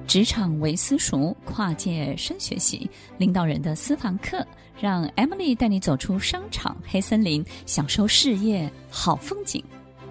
职场微私塾，跨界深学习，领导人的私房课，让 Emily 带你走出商场黑森林，享受事业好风景。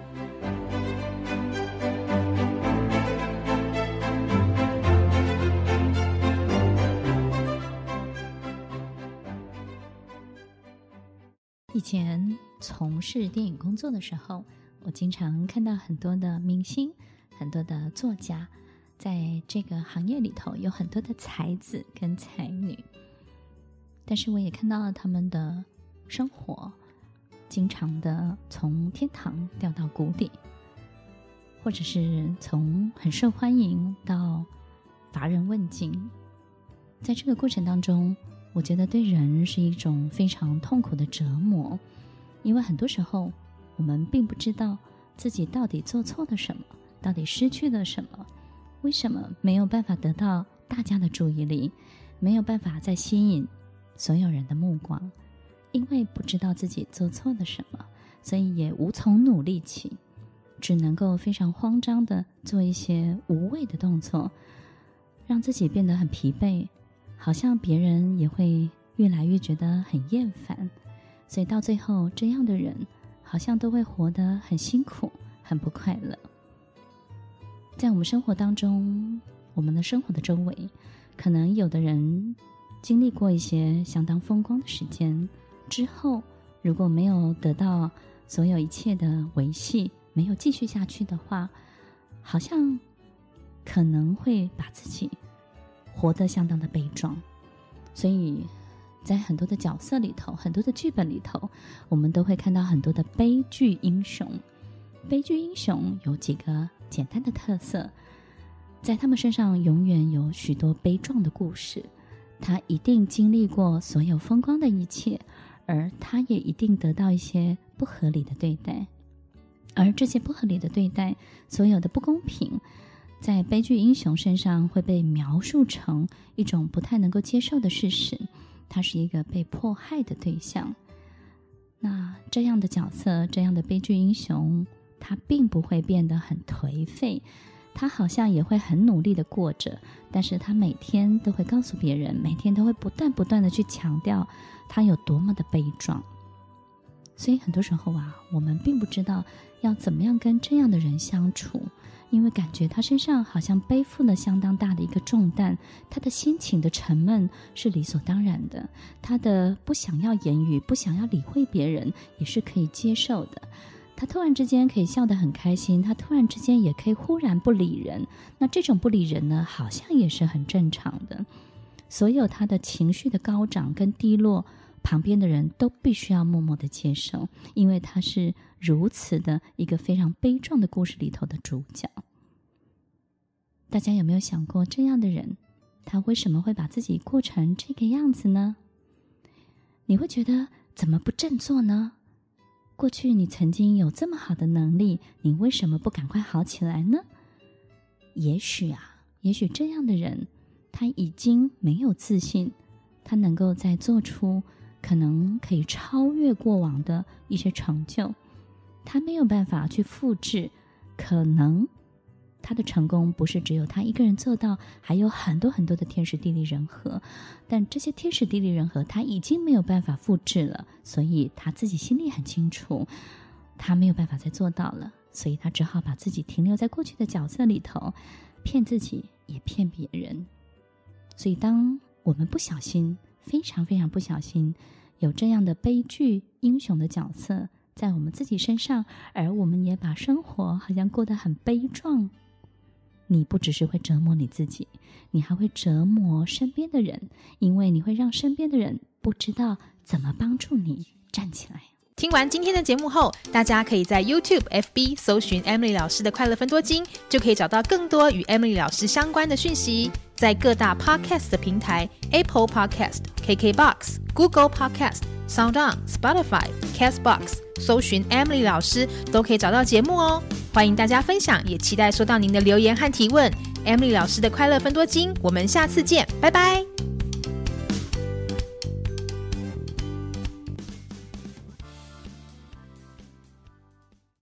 以前从事电影工作的时候，我经常看到很多的明星，很多的作家，在这个行业里头有很多的才子跟才女，但是我也看到了他们的生活经常的从天堂掉到谷底，或者是从很受欢迎到乏人问津。在这个过程当中，我觉得对人是一种非常痛苦的折磨，因为很多时候我们并不知道自己到底做错了什么，到底失去了什么，为什么没有办法得到大家的注意力，没有办法再吸引所有人的目光。因为不知道自己做错了什么，所以也无从努力起，只能够非常慌张的做一些无谓的动作，让自己变得很疲惫，好像别人也会越来越觉得很厌烦。所以到最后，这样的人好像都会活得很辛苦，很不快乐。在我们生活当中，我们的生活的周围，可能有的人经历过一些相当风光的时间之后，如果没有得到所有一切的维系，没有继续下去的话，好像可能会把自己活得相当的悲壮。所以在很多的角色里头，很多的剧本里头，我们都会看到很多的悲剧英雄。悲剧英雄有几个简单的特色，在他们身上永远有许多悲壮的故事，他一定经历过所有风光的一切，而他也一定得到一些不合理的对待，而这些不合理的对待，所有的不公平，在悲剧英雄身上会被描述成一种不太能够接受的事实，他是一个被迫害的对象。那这样的角色，这样的悲剧英雄，他并不会变得很颓废，他好像也会很努力的过着，但是他每天都会告诉别人，每天都会不断的去强调他有多么的悲壮。所以很多时候我们并不知道要怎么样跟这样的人相处，因为感觉他身上好像背负了相当大的一个重担，他的心情的沉闷是理所当然的，他的不想要言语，不想要理会别人也是可以接受的，他突然之间可以笑得很开心，他突然之间也可以忽然不理人，那这种不理人呢，好像也是很正常的。所有他的情绪的高涨跟低落，旁边的人都必须要默默的接受，因为他是如此的一个非常悲壮的故事里头的主角。大家有没有想过，这样的人他为什么会把自己过成这个样子呢？你会觉得怎么不振作呢？过去你曾经有这么好的能力，你为什么不赶快好起来呢？也许这样的人他已经没有自信，他能够再做出可能可以超越过往的一些成就，他没有办法去复制，可能他的成功不是只有他一个人做到，还有很多很多的天时地利人和，但这些天时地利人和他已经没有办法复制了，所以他自己心里很清楚，他没有办法再做到了，所以他只好把自己停留在过去的角色里头，骗自己也骗别人。所以当我们不小心，非常非常不小心，有这样的悲剧英雄的角色在我们自己身上，而我们也把生活好像过得很悲壮，你不只是会折磨你自己，你还会折磨身边的人，因为你会让身边的人不知道怎么帮助你站起来。 听完今天的节目后，大家可以在 YouTube、FB 搜寻 Emily 老师的快乐分多金，就可以找到更多与 Emily 老师相关的讯息。在各大 Podcast 的平台 Apple Podcast、KKBOX、Google Podcast、SoundOn、Spotify、Castbox 搜寻 Emily 老师都可以找到节目哦。欢迎大家分享，也期待收到您的留言和提问。Emily 老师的快乐分多金，我们下次见，拜拜。